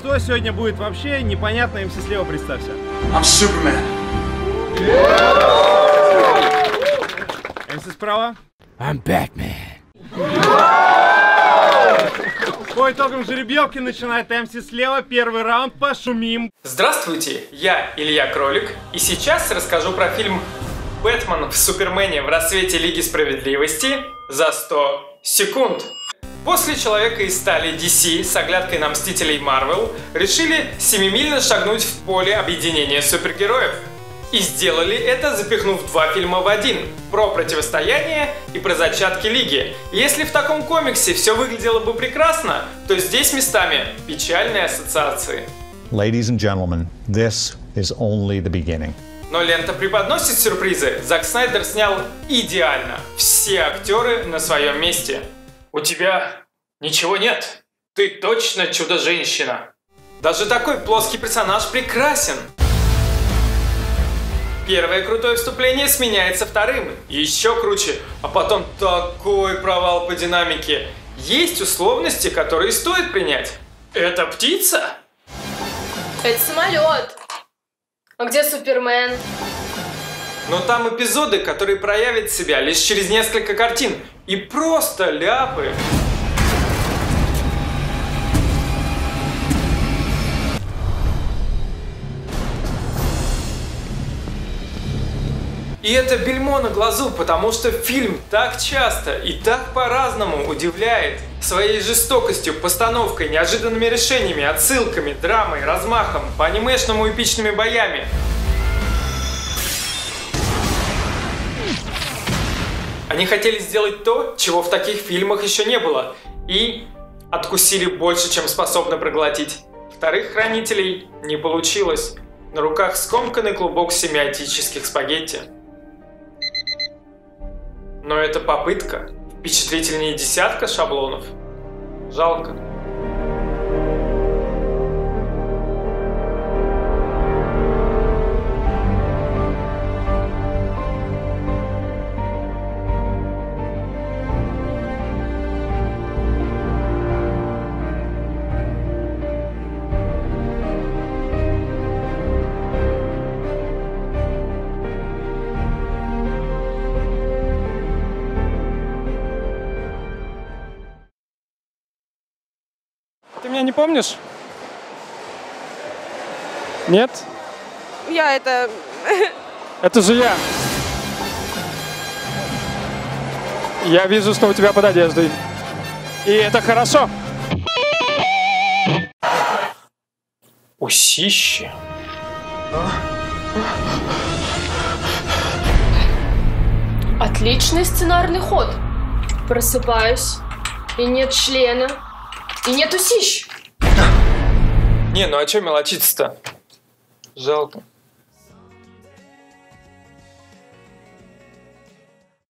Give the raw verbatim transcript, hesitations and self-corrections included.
кто сегодня будет вообще, непонятно, эм си слева, представься. I'm Superman. эм си справа. I'm Batman. По итогам жеребьевки начинает эм си слева. Первый раунд, пошумим. Здравствуйте, я Илья Кролик, и сейчас расскажу про фильм «Бэтмен в Супермене в рассвете Лиги Справедливости» за сто секунд. После Человека из стали ди си с оглядкой на Мстителей Марвел решили семимильно шагнуть в поле объединения супергероев. И сделали это, запихнув два фильма в один – про противостояние и про зачатки Лиги. Если в таком комиксе все выглядело бы прекрасно, то здесь местами печальные ассоциации. Ladies and gentlemen, this is only the beginning. Но лента преподносит сюрпризы. Зак Снайдер снял идеально. Все актеры на своем месте. У тебя ничего нет. Ты точно чудо-женщина. Даже такой плоский персонаж прекрасен. Первое крутое вступление сменяется вторым. Еще круче. А потом такой провал по динамике. Есть условности, которые стоит принять. Это птица? Это самолет. А где Супермен? Но там эпизоды, которые проявят себя лишь через несколько картин. И просто ляпы. И это бельмо на глазу, потому что фильм так часто и так по-разному удивляет своей жестокостью, постановкой, неожиданными решениями, отсылками, драмой, размахом, по-анимешному эпичными боями. Они хотели сделать то, чего в таких фильмах еще не было, и откусили больше, чем способны проглотить. Вторых Хранителей не получилось. На руках скомканный клубок семиотических спагетти. Но это попытка. Впечатлительнее десятка шаблонов. Жалко. Ты меня не помнишь? Нет? Я это... Это же я. Я вижу, что у тебя под одеждой. И это хорошо. Усище. Отличный сценарный ход. Просыпаюсь, и нет члена, и нет усищ. Не, ну а чё мелочиться-то? Жалко.